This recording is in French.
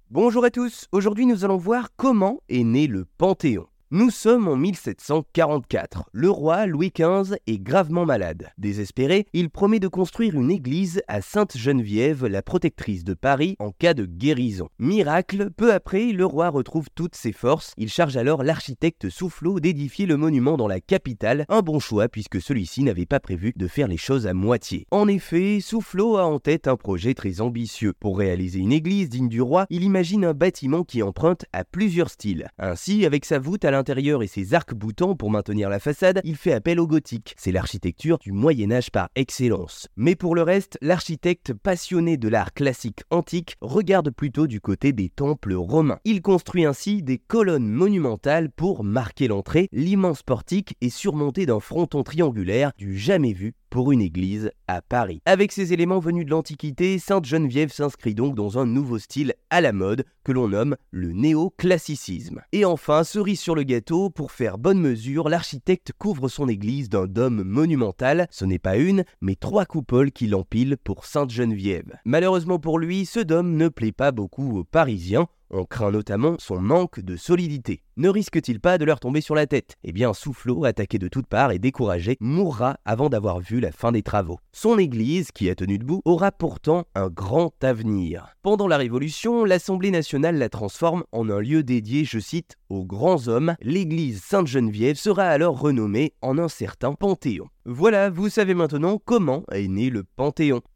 Bonjour à tous, aujourd'hui nous allons voir comment est né le Panthéon. Nous sommes en 1744. Le roi Louis XV est gravement malade. Désespéré, il promet de construire une église à Sainte-Geneviève, la protectrice de Paris, en cas de guérison. Miracle, peu après, le roi retrouve toutes ses forces. Il charge alors l'architecte Soufflot d'édifier le monument dans la capitale, un bon choix puisque celui-ci n'avait pas prévu de faire les choses à moitié. En effet, Soufflot a en tête un projet très ambitieux. Pour réaliser une église digne du roi, il imagine un bâtiment qui emprunte à plusieurs styles. Ainsi, avec sa voûte à l'intérieur et ses arcs-boutants pour maintenir la façade, il fait appel au gothique. C'est l'architecture du Moyen-Âge par excellence. Mais pour le reste, l'architecte passionné de l'art classique antique regarde plutôt du côté des temples romains. Il construit ainsi des colonnes monumentales pour marquer l'entrée. L'immense portique est surmonté d'un fronton triangulaire du jamais vu pour une église à Paris. Avec ces éléments venus de l'Antiquité, Sainte-Geneviève s'inscrit donc dans un nouveau style à la mode que l'on nomme le néoclassicisme. Et enfin, cerise sur le gâteau, pour faire bonne mesure, l'architecte couvre son église d'un dôme monumental. Ce n'est pas une, mais 3 coupoles qui l'empilent pour Sainte-Geneviève. Malheureusement pour lui, ce dôme ne plaît pas beaucoup aux Parisiens. On craint notamment son manque de solidité. Ne risque-t-il pas de leur tomber sur la tête ? Eh bien, Soufflot, attaqué de toutes parts et découragé, mourra avant d'avoir vu la fin des travaux. Son église, qui a tenu debout, aura pourtant un grand avenir. Pendant la Révolution, l'Assemblée nationale la transforme en un lieu dédié, je cite, aux grands hommes. L'église Sainte-Geneviève sera alors renommée en un certain Panthéon. Voilà, vous savez maintenant comment est né le Panthéon.